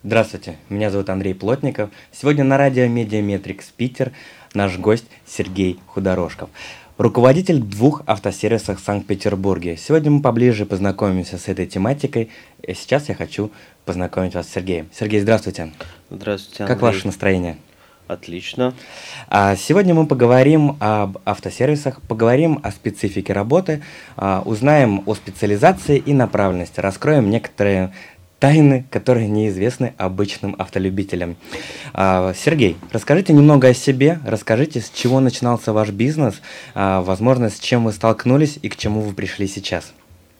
Здравствуйте, меня зовут Андрей Плотников. Сегодня на радио Медиаметрикс Питер наш гость Сергей Худорожков, руководитель 2 автосервисов в Санкт-Петербурге. Сегодня мы поближе познакомимся с этой тематикой. И сейчас я хочу познакомить вас с Сергеем. Сергей, здравствуйте. Здравствуйте, Андрей. Как ваше настроение? Отлично. Сегодня мы поговорим об автосервисах, поговорим о специфике работы, узнаем о специализации и направленности, раскроем некоторые тайны, которые неизвестны обычным автолюбителям. Сергей, расскажите немного о себе, расскажите, с чего начинался ваш бизнес, возможно, с чем вы столкнулись и к чему вы пришли сейчас.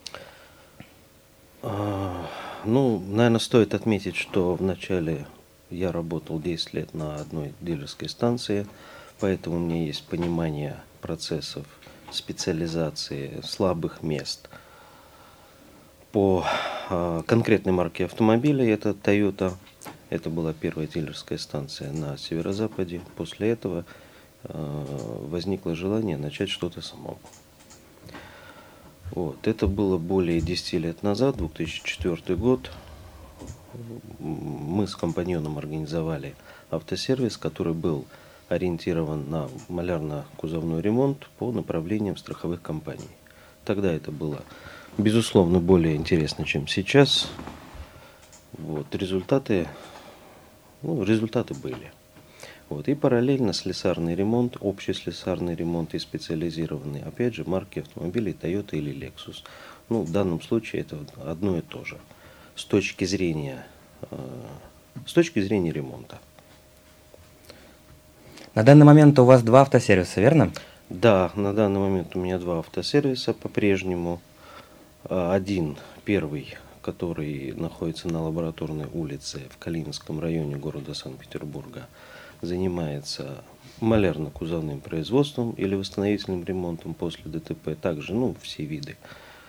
Наверное, стоит отметить, что вначале я работал 10 лет на одной дилерской станции, поэтому у меня есть понимание процессов специализации слабых мест по конкретной марке автомобилей. Это Toyota. Это была первая дилерская станция на северо-западе. После этого возникло желание начать что-то самому. Это было более 10 лет назад, 2004 год. Мы с компаньоном организовали автосервис, который был ориентирован на малярно-кузовной ремонт по направлениям страховых компаний. Тогда это было, безусловно, более интересно, чем сейчас. Результаты были. И параллельно слесарный ремонт, общий слесарный ремонт и специализированный, опять же, марки автомобилей Toyota или Lexus. В данном случае это одно и то же. С точки зрения ремонта. На данный момент у вас 2 автосервиса, верно? Да, на данный момент у меня 2 автосервиса по-прежнему. Первый, который находится на Лабораторной улице в Калининском районе города Санкт-Петербурга, занимается малярно-кузовным производством или восстановительным ремонтом после ДТП. Также, все виды.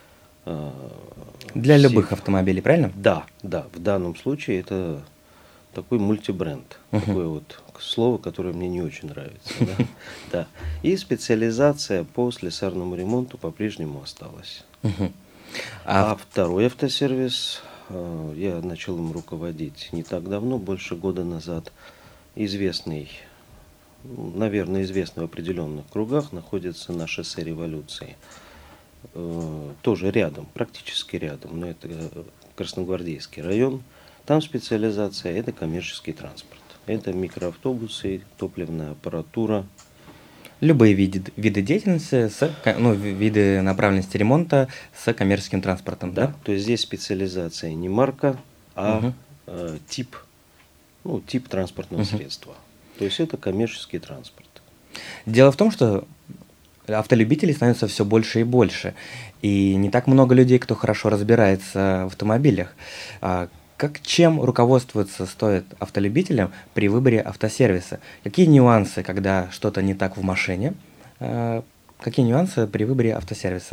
Для любых автомобилей, правильно? Да. В данном случае это такой мультибренд. Такое слово, которое мне не очень нравится. Да. И специализация по слесарному ремонту по-прежнему осталась. А второй автосервис, я начал им руководить не так давно, больше года назад. Известный в определенных кругах, находится на шоссе Революции. Тоже рядом, практически рядом, но это Красногвардейский район. Там специализация – это коммерческий транспорт. Это микроавтобусы, топливная аппаратура. Любые виды деятельности, виды направленности ремонта с коммерческим транспортом, да? То есть здесь специализация не марка, а тип транспортного средства. То есть это коммерческий транспорт. Дело в том, что автолюбителей становится все больше и больше, и не так много людей, кто хорошо разбирается в автомобилях. Чем руководствоваться стоит автолюбителям при выборе автосервиса? Какие нюансы, когда что-то не так в машине? Какие нюансы при выборе автосервиса?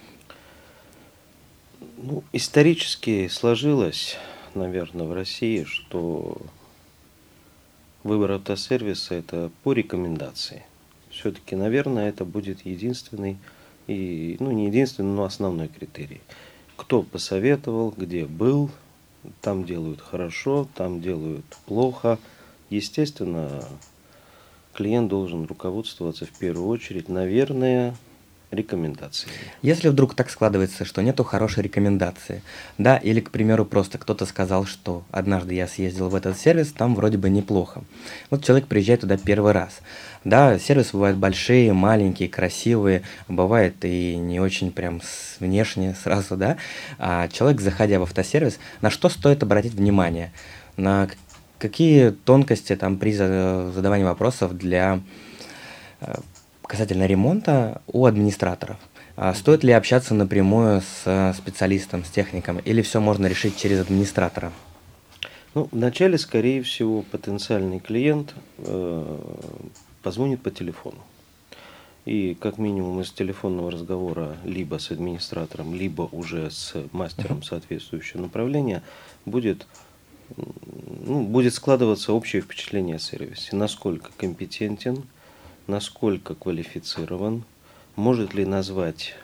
Исторически сложилось, наверное, в России, что выбор автосервиса – это по рекомендации. Все-таки, наверное, это будет единственный, не единственный, но основной критерий. Кто посоветовал, где был, там делают хорошо, там делают плохо. Естественно, клиент должен руководствоваться в первую очередь, наверное, рекомендациями. Если вдруг так складывается, что нету хорошей рекомендации, да, или, к примеру, просто кто-то сказал, что однажды я съездил в этот сервис, там вроде бы неплохо. Человек приезжает туда первый раз. Да, сервисы бывают большие, маленькие, красивые, бывает и не очень прям внешне сразу, да. А человек, заходя в автосервис, на что стоит обратить внимание? На какие тонкости там при задавании вопросов для касательно ремонта у администраторов? Стоит ли общаться напрямую с специалистом, с техником, или все можно решить через администратора? Вначале, скорее всего, потенциальный клиент позвонит по телефону. И как минимум из телефонного разговора либо с администратором, либо уже с мастером соответствующего направления будет складываться общее впечатление о сервисе. Насколько компетентен, насколько квалифицирован, может ли назвать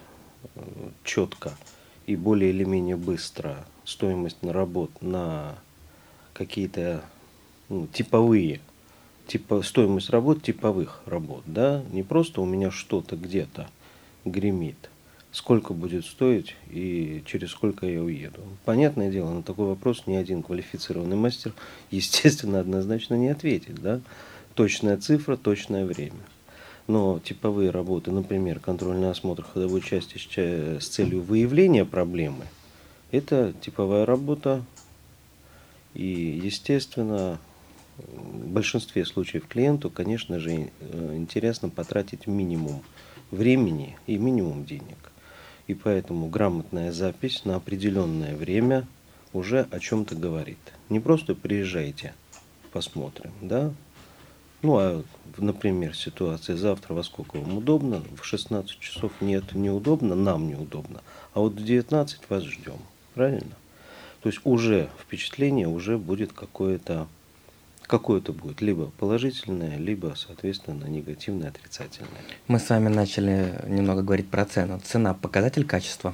четко и более или менее быстро стоимость на какие-то типовые, стоимость работ типовых работ, да, не просто у меня что-то где-то гремит, сколько будет стоить и через сколько я уеду. Понятное дело, на такой вопрос ни один квалифицированный мастер, естественно, однозначно не ответит, да, точная цифра, точное время. Но типовые работы, например, контрольный осмотр ходовой части с целью выявления проблемы, это типовая работа, и, естественно, в большинстве случаев клиенту, конечно же, интересно потратить минимум времени и минимум денег. И поэтому грамотная запись на определенное время уже о чем-то говорит. Не просто приезжайте, посмотрим, да? Ну, а, например, ситуация завтра во сколько вам удобно, в 16 часов нет, неудобно, нам неудобно, а вот в 19 вас ждем, правильно? То есть уже впечатление уже будет какое-то будет либо положительное, либо, соответственно, негативное, отрицательное. Мы с вами начали немного говорить про цену. Цена – показатель качества?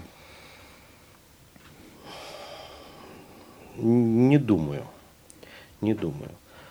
Не думаю. Не думаю.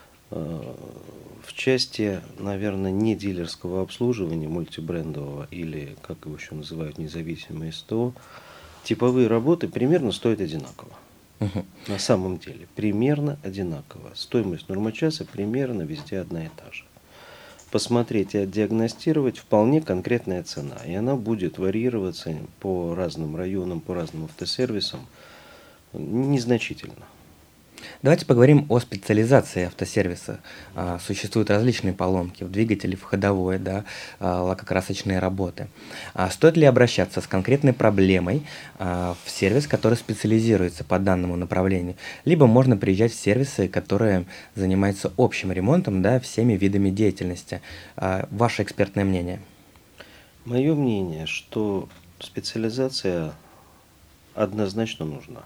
В части, наверное, не дилерского обслуживания, мультибрендового или, как его еще называют, независимое СТО, типовые работы примерно стоят одинаково. На самом деле, примерно одинаково. Стоимость нормочаса примерно везде одна и та же. Посмотреть и отдиагностировать вполне конкретная цена. И она будет варьироваться по разным районам, по разным автосервисам незначительно. Давайте поговорим о специализации автосервиса. Существуют различные поломки в двигателе, в ходовой, да, лакокрасочные работы. Стоит ли обращаться с конкретной проблемой в сервис, который специализируется по данному направлению? Либо можно приезжать в сервисы, которые занимаются общим ремонтом, да, всеми видами деятельности. Ваше экспертное мнение? Мое мнение, что специализация однозначно нужна.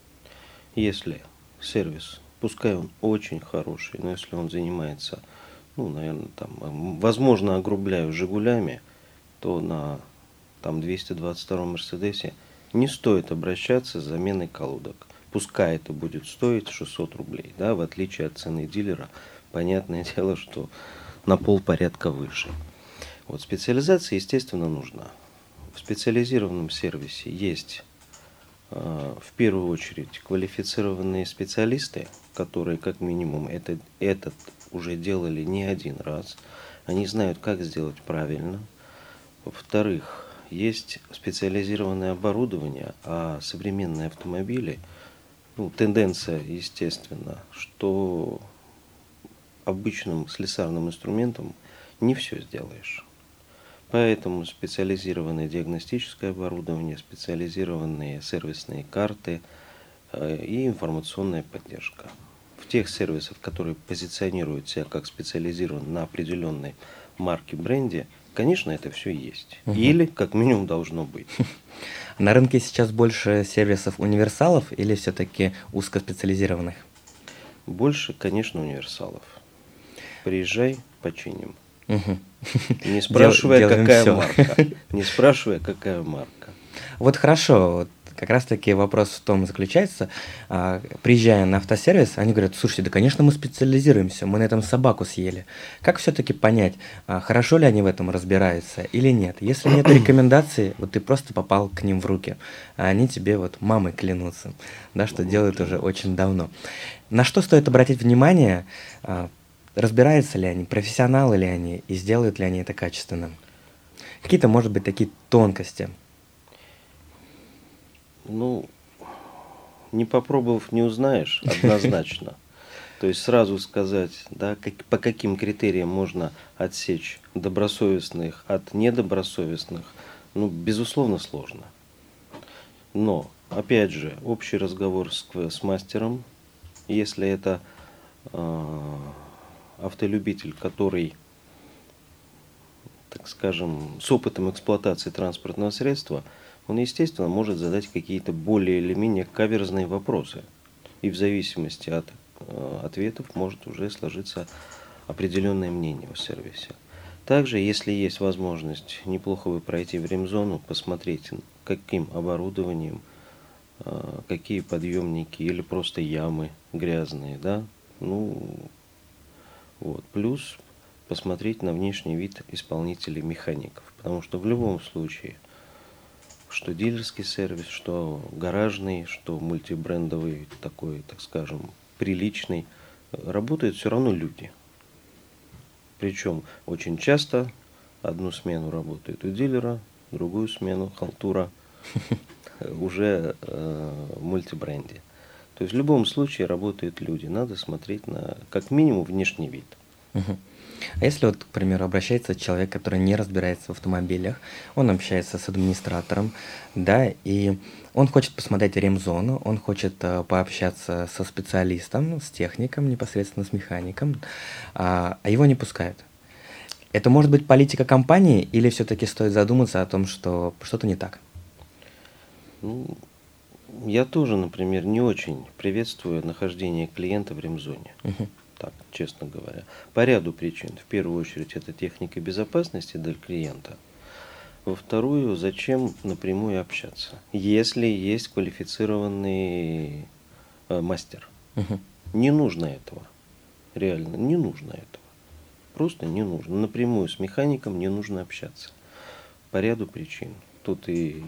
Если сервис, пускай он очень хороший, но если он занимается, наверное, возможно, огрубляю «Жигулями», то на 222-м «Мерседесе» не стоит обращаться с заменой колодок. Пускай это будет стоить 600 рублей, да, в отличие от цены дилера, понятное дело, что на полпорядка выше. Вот специализация, естественно, нужна. В специализированном сервисе есть в первую очередь квалифицированные специалисты, которые как минимум этот уже делали не один раз. Они знают, как сделать правильно. Во-вторых, есть специализированное оборудование, а современные автомобили, тенденция, естественно, что обычным слесарным инструментом не все сделаешь. Поэтому специализированное диагностическое оборудование, специализированные сервисные карты и информационная поддержка. В тех сервисах, которые позиционируют себя как специализирован на определенной марке, бренде, конечно, это все есть. Или, как минимум, должно быть. На рынке сейчас больше сервисов универсалов или все-таки узкоспециализированных? Больше, конечно, универсалов. Приезжай, починим. Не спрашивая, какая марка. Не спрашивая, какая марка. Вот хорошо, как раз таки вопрос в том заключается, приезжая на автосервис, они говорят: слушайте, да, конечно, мы специализируемся, мы на этом собаку съели. Как все-таки понять, хорошо ли они в этом разбираются или нет? Если нет рекомендаций, вот ты просто попал к ним в руки, а они тебе вот мамой клянутся, да, что делают уже очень давно. На что стоит обратить внимание? Разбираются ли они, профессионалы ли они, и сделают ли они это качественно? Какие-то, может быть, такие тонкости? Не попробовав, не узнаешь, однозначно. То есть сразу сказать, да, по каким критериям можно отсечь добросовестных от недобросовестных, безусловно, сложно. Но, опять же, общий разговор с мастером, если это автолюбитель, который, так скажем, с опытом эксплуатации транспортного средства, он, естественно, может задать какие-то более или менее каверзные вопросы. И в зависимости от ответов может уже сложиться определенное мнение о сервисе. Также, если есть возможность, неплохо бы пройти в ремзону, посмотреть, каким оборудованием какие подъемники или просто ямы грязные, да. Ну, вот. Плюс посмотреть на внешний вид исполнителей механиков. Потому что в любом случае, что дилерский сервис, что гаражный, что мультибрендовый такой, так скажем, приличный, работают все равно люди. Причем очень часто одну смену работает у дилера, другую смену халтура уже в мультибренде. То есть в любом случае работают люди. Надо смотреть на как минимум внешний вид. А если вот, к примеру, обращается человек, который не разбирается в автомобилях, он общается с администратором, да, и он хочет посмотреть ремзону, он хочет пообщаться со специалистом, с техником, непосредственно с механиком, а его не пускают. Это может быть политика компании или все-таки стоит задуматься о том, что что-то не так? Ну, я тоже, например, не очень приветствую нахождение клиента в ремзоне. Так, честно говоря. По ряду причин. В первую очередь, это техника безопасности для клиента. Во вторую, зачем напрямую общаться, если есть квалифицированный мастер. Не нужно этого. Реально, не нужно этого. Просто не нужно. Напрямую с механиком не нужно общаться. По ряду причин. Тут и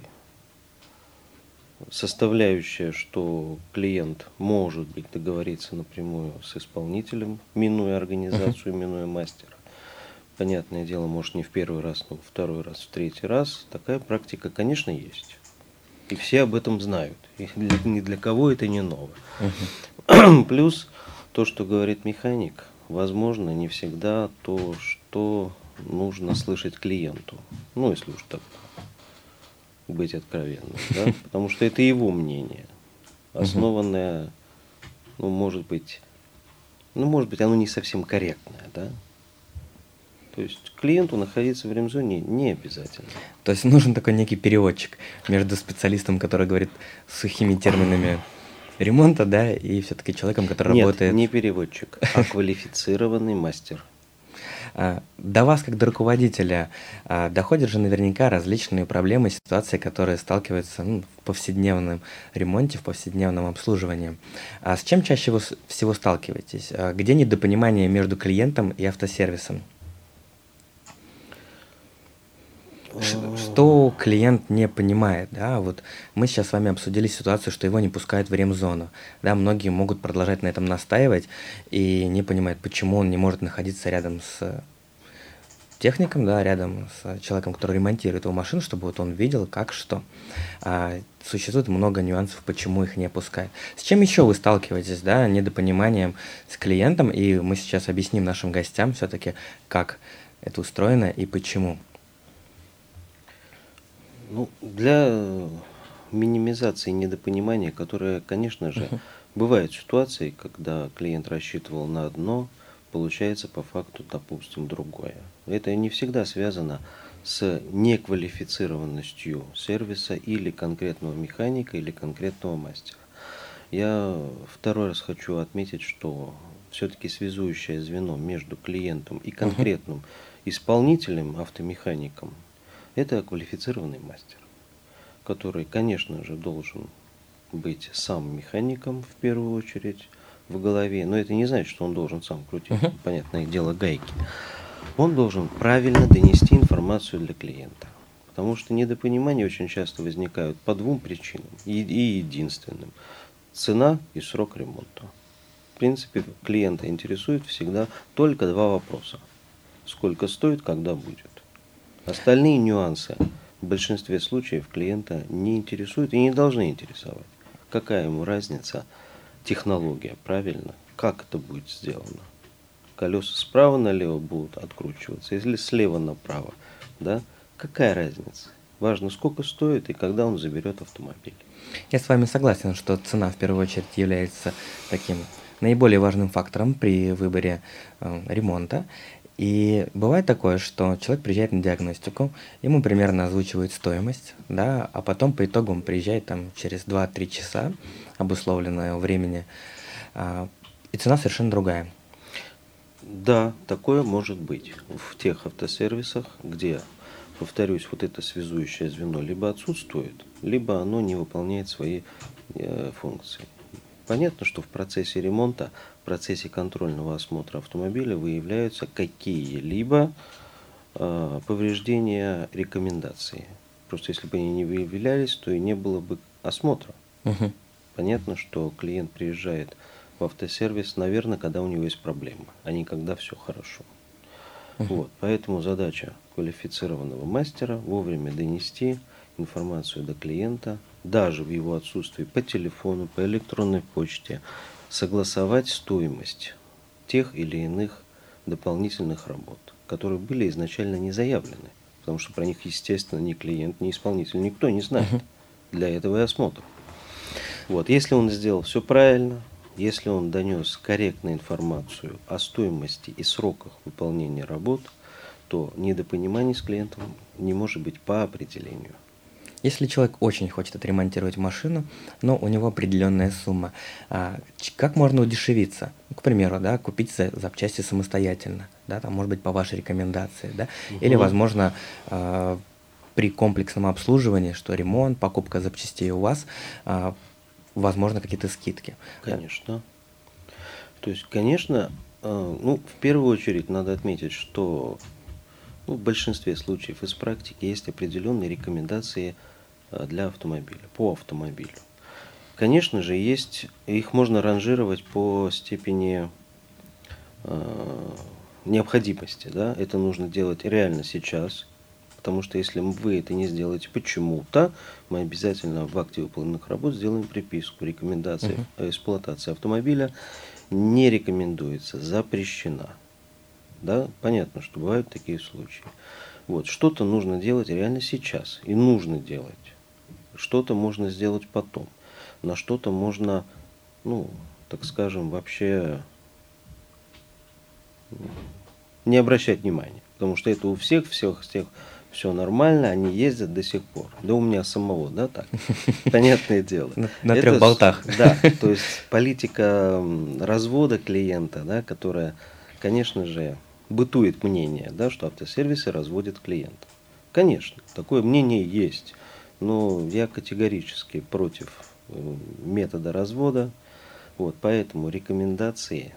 составляющая, что клиент может быть договориться напрямую с исполнителем, минуя организацию, минуя мастера. Понятное дело, может не в первый раз, но во второй раз, в третий раз. Такая практика, конечно, есть. И все об этом знают. И ни для кого это не ново. Плюс то, что говорит механик, возможно, не всегда то, что нужно слышать клиенту. Ну, если уж так быть откровенным, да? Потому что это его мнение, основанное, может быть, оно не совсем корректное, да? То есть клиенту находиться в ремзоне не обязательно. То есть нужен такой некий переводчик между специалистом, который говорит сухими терминами ремонта, да, и все-таки человеком, который работает... Нет, не переводчик, а квалифицированный мастер. До вас, как до руководителя, доходят же наверняка различные проблемы, ситуации, которые сталкиваются в повседневном ремонте, в повседневном обслуживании. А с чем чаще всего сталкиваетесь? Где недопонимание между клиентом и автосервисом? Что клиент не понимает, да, вот мы сейчас с вами обсудили ситуацию, что его не пускают в ремзону, да, многие могут продолжать на этом настаивать и не понимают, почему он не может находиться рядом с техником, да, рядом с человеком, который ремонтирует его машину, чтобы вот он видел, как что. Существует много нюансов, почему их не пускают. С чем еще вы сталкиваетесь, да, недопониманием с клиентом, и мы сейчас объясним нашим гостям все-таки, как это устроено и почему. Для минимизации недопонимания, которое, конечно же, бывают ситуации, когда клиент рассчитывал на одно, получается по факту, допустим, другое. Это не всегда связано с неквалифицированностью сервиса или конкретного механика, или конкретного мастера. Я второй раз хочу отметить, что все-таки связующее звено между клиентом и конкретным исполнителем, автомехаником, это квалифицированный мастер, который, конечно же, должен быть сам механиком в первую очередь в голове, но это не значит, что он должен сам крутить, понятное дело, гайки. Он должен правильно донести информацию для клиента, потому что недопонимания очень часто возникают по двум причинам, и единственным – цена и срок ремонта. В принципе, клиента интересует всегда только два вопроса: сколько стоит, когда будет. Остальные нюансы в большинстве случаев клиента не интересуют и не должны интересовать. Какая ему разница, технология, правильно? Как это будет сделано? Колеса справа налево будут откручиваться, или слева направо, да? Какая разница? Важно, сколько стоит и когда он заберет автомобиль. Я с вами согласен, что цена в первую очередь является таким наиболее важным фактором при выборе ремонта. И бывает такое, что человек приезжает на диагностику, ему примерно озвучивают стоимость, да, а потом по итогу он приезжает там через 2-3 часа, обусловленное времени, и цена совершенно другая. Да, такое может быть в тех автосервисах, где, повторюсь, вот это связующее звено либо отсутствует, либо оно не выполняет свои функций. Понятно, что в процессе ремонта, в процессе контрольного осмотра автомобиля выявляются какие-либо повреждения рекомендации. Просто если бы они не выявлялись, то и не было бы осмотра. Мгм. Понятно, что клиент приезжает в автосервис, наверное, когда у него есть проблемы, а не когда все хорошо. Вот, поэтому задача квалифицированного мастера вовремя донести информацию до клиента, даже в его отсутствии по телефону, по электронной почте, согласовать стоимость тех или иных дополнительных работ, которые были изначально не заявлены, потому что про них, естественно, ни клиент, ни исполнитель, никто не знает. Для этого и осмотр. Вот, если он сделал все правильно, если он донес корректную информацию о стоимости и сроках выполнения работ, то недопониманий с клиентом не может быть по определению. Если человек очень хочет отремонтировать машину, но у него определенная сумма, как можно удешевиться? Ну, к примеру, да, купить запчасти самостоятельно, да, там, может быть, по вашей рекомендации, да, или, возможно, при комплексном обслуживании, что ремонт, покупка запчастей у вас, возможно, какие-то скидки. Конечно. То есть, конечно, в первую очередь надо отметить, что в большинстве случаев из практики есть определенные рекомендации для автомобиля, по автомобилю. Конечно же, их можно ранжировать по степени необходимости. Да? Это нужно делать реально сейчас, потому что если вы это не сделаете почему-то, мы обязательно в акте выполненных работ сделаем приписку. Рекомендация эксплуатации автомобиля не рекомендуется, запрещена. Да? Понятно, что бывают такие случаи. Вот, что-то нужно делать реально сейчас, и нужно делать. Что-то можно сделать потом. На что-то можно, так скажем, вообще не обращать внимания. Потому что это у всех все нормально, они ездят до сих пор. Да у меня самого, да, так? Понятное дело. На 3 болтах. Да, то есть политика развода клиента, да, которая, конечно же, бытует мнение, да, что автосервисы разводят клиентов. Конечно, такое мнение есть. Но я категорически против метода развода. Вот, поэтому рекомендации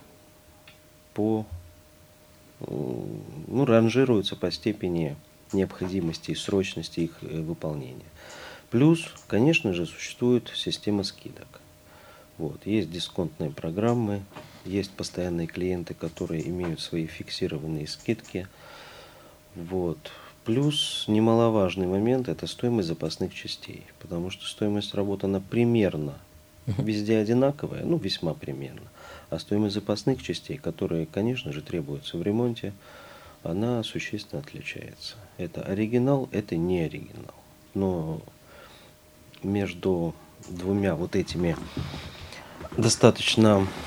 ранжируются по степени необходимости и срочности их выполнения. Плюс, конечно же, существует система скидок. Вот, есть дисконтные программы, есть постоянные клиенты, которые имеют свои фиксированные скидки. Вот. Плюс немаловажный момент – это стоимость запасных частей, потому что стоимость работы, она примерно везде одинаковая, весьма примерно, а стоимость запасных частей, которые, конечно же, требуются в ремонте, она существенно отличается. Это оригинал, это не оригинал. Но между двумя вот этими достаточно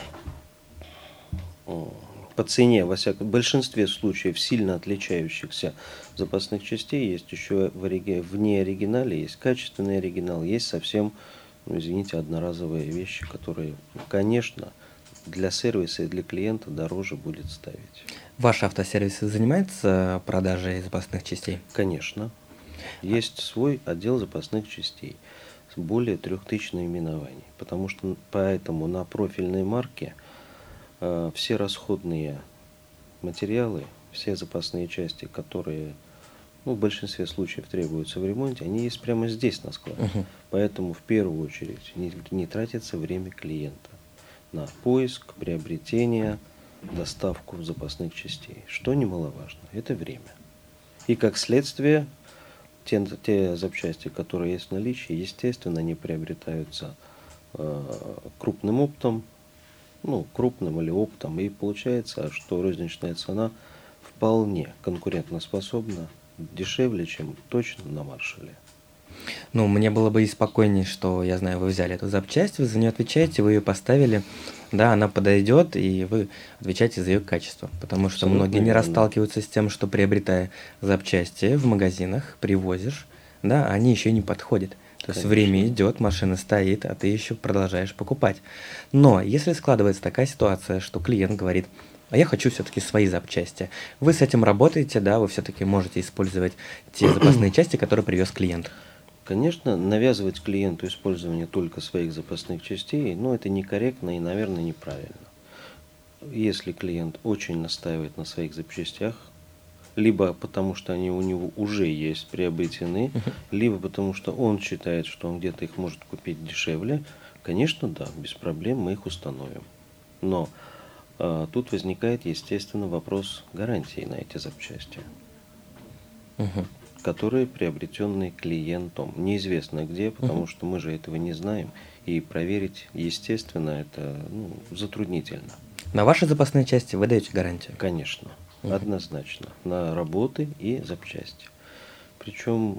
по цене, в большинстве случаев, сильно отличающихся запасных частей, есть еще в неоригинале, есть качественный оригинал, есть совсем, одноразовые вещи, которые, конечно, для сервиса и для клиента дороже будет ставить. Ваш автосервис занимается продажей запасных частей? Конечно. Есть свой отдел запасных частей с более 3000 наименований, поэтому на профильной марке все расходные материалы, все запасные части, которые в большинстве случаев требуются в ремонте, они есть прямо здесь на складе. Поэтому в первую очередь не тратится время клиента на поиск, приобретение, доставку запасных частей. Что немаловажно, это время. И как следствие, те запчасти, которые есть в наличии, естественно, они приобретаются крупным оптом, крупным или оптом, и получается, что розничная цена вполне конкурентоспособна, дешевле, чем точно на маршале. Мне было бы и спокойнее, что, я знаю, вы взяли эту запчасть, вы за нее отвечаете, вы ее поставили, да, она подойдет, и вы отвечаете за ее качество. Потому что Абсолютно многие не верно. раз сталкиваются с тем, что приобретая запчасти в магазинах, привозишь, да, они еще не подходят. То есть Конечно. время идет, машина стоит, а ты еще продолжаешь покупать. Но если складывается такая ситуация, что клиент говорит: а я хочу все-таки свои запчасти. Вы с этим работаете, да, вы все-таки можете использовать те запасные части, которые привез клиент. Конечно, навязывать клиенту использование только своих запасных частей, ну, это некорректно и, наверное, неправильно. Если клиент очень настаивает на своих запчастях, либо потому что они у него уже есть, приобретены, либо потому что он считает, что он где-то их может купить дешевле, конечно, да, без проблем мы их установим. Но тут возникает, естественно, вопрос гарантии на эти запчасти, которые приобретенные клиентом. Неизвестно где, потому что мы же этого не знаем. И проверить, естественно, это затруднительно. На ваши запасные части вы даете гарантию? Конечно, однозначно. На работы и запчасти. Причем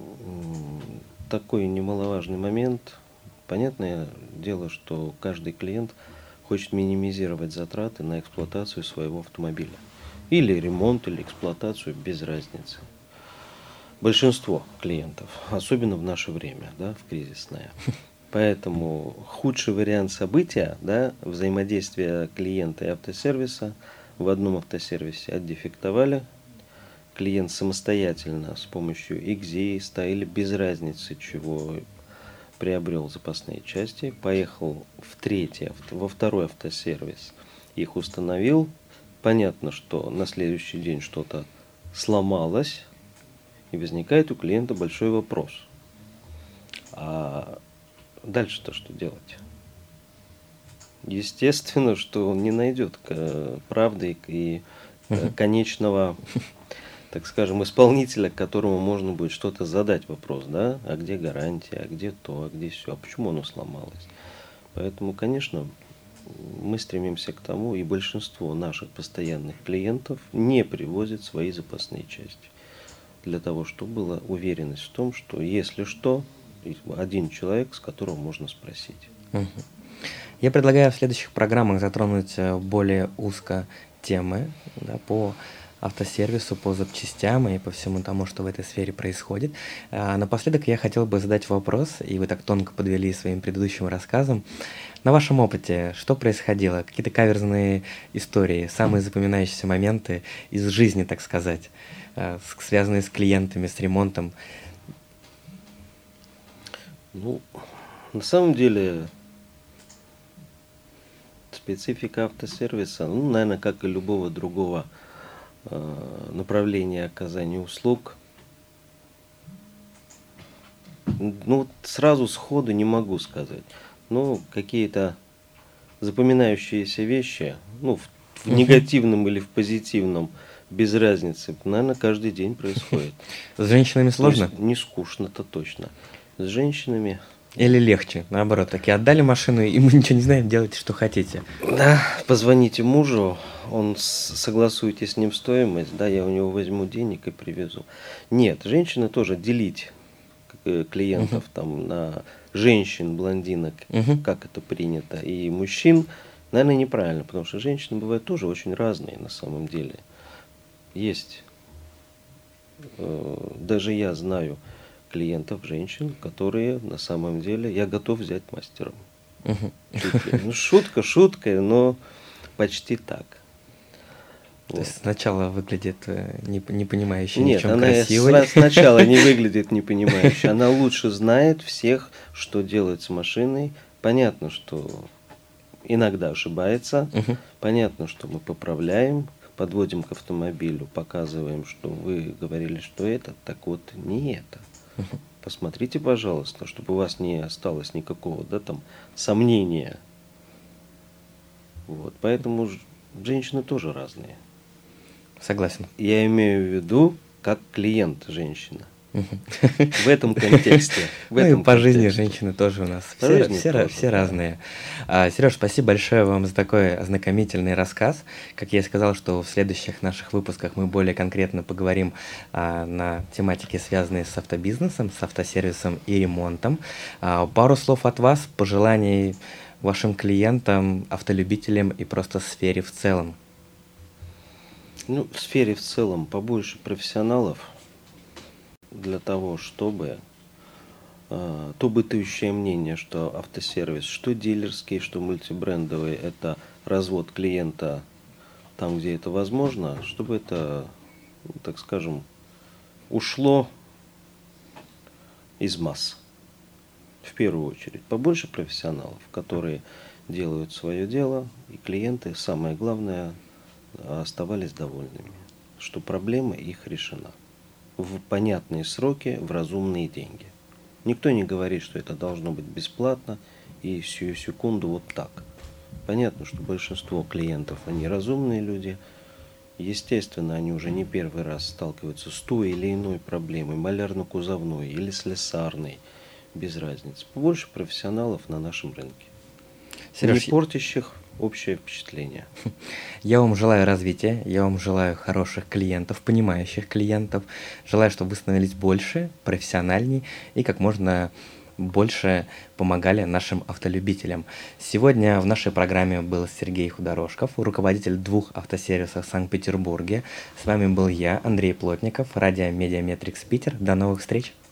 такой немаловажный момент. Понятное дело, что каждый клиент хочет минимизировать затраты на эксплуатацию своего автомобиля. Или ремонт, или эксплуатацию, без разницы. Большинство клиентов, особенно в наше время, да, в кризисное. Поэтому худший вариант события, да, взаимодействия клиента и автосервиса в одном автосервисе отдефектовали. Клиент самостоятельно с помощью экзиста или без разницы чего приобрел запасные части, поехал во второй автосервис, их установил. Понятно, что на следующий день что-то сломалось, и возникает у клиента большой вопрос. А дальше-то что делать? Естественно, что он не найдет правды и конечного, так скажем, исполнителя, к которому можно будет что-то задать вопрос, да, а где гарантия, а где то, а где все, а почему оно сломалось. Поэтому, конечно, мы стремимся к тому, и большинство наших постоянных клиентов не привозят свои запасные части. Для того, чтобы была уверенность в том, что если что, один человек, с которого можно спросить. Я предлагаю в следующих программах затронуть более узко темы, да, по автосервису, по запчастям и по всему тому, что в этой сфере происходит. Напоследок я хотел бы задать вопрос, и вы так тонко подвели своим предыдущим рассказом. На вашем опыте, что происходило? Какие-то каверзные истории, самые запоминающиеся моменты из жизни, так сказать, связанные с клиентами, с ремонтом? Ну, на самом деле, специфика автосервиса, наверное, как и любого другого направления оказания услуг, сразу сходу не могу сказать. Какие-то запоминающиеся вещи, в негативном или в позитивном, без разницы, наверное, каждый день происходит. С женщинами сложно? Не скучно-то точно. С женщинами... Или легче, наоборот, такие отдали машину, и мы ничего не знаем, делайте, что хотите. Да, позвоните мужу, согласуйте с ним стоимость, да, я у него возьму денег и привезу. Нет, женщины тоже делить клиентов там на женщин, блондинок, как это принято, и мужчин, наверное, неправильно, потому что женщины бывают тоже очень разные на самом деле. Есть, даже я знаю клиентов, женщин, которые на самом деле я готов взять мастером. Шутка шуткой, но почти так. То есть сначала выглядит непонимающей Нет, ничем она красивой. Сначала не выглядит непонимающей. Она лучше знает всех, что делать с машиной. Понятно, что иногда ошибается. Понятно, что мы поправляем, подводим к автомобилю, показываем, что вы говорили, что это, так вот не это. Посмотрите, пожалуйста, чтобы у вас не осталось никакого, сомнения. Поэтому женщины тоже разные. Согласен. Я имею в виду, как клиент женщина. В этом контексте. И по жизни женщины тоже у нас. Все разные. Сереж, спасибо большое вам за такой ознакомительный рассказ. Как я и сказал, что в следующих наших выпусках мы более конкретно поговорим на тематике, связанные с автобизнесом, с автосервисом и ремонтом. Пару слов от вас, пожеланий вашим клиентам, автолюбителям и просто сфере в целом. В сфере в целом побольше профессионалов, для того, чтобы то бытующее мнение, что автосервис, что дилерский, что мультибрендовый, это развод клиента там, где это возможно, чтобы это, так скажем, ушло из масс. В первую очередь. Побольше профессионалов, которые делают свое дело, и клиенты, самое главное, оставались довольными, что проблема их решена. В понятные сроки, в разумные деньги. Никто не говорит, что это должно быть бесплатно и сию секунду вот так. Понятно, что большинство клиентов, они разумные люди. Естественно, они уже не первый раз сталкиваются с той или иной проблемой, малярно-кузовной или слесарной, без разницы. Побольше профессионалов на нашем рынке. Сереж, не портящих общее впечатление. я вам желаю развития, я вам желаю хороших клиентов, понимающих клиентов. Желаю, чтобы вы становились больше, профессиональней и как можно больше помогали нашим автолюбителям. Сегодня в нашей программе был Сергей Худорожков, руководитель 2 автосервисов в Санкт-Петербурге. С вами был я, Андрей Плотников, радио Медиаметрикс Питер. До новых встреч!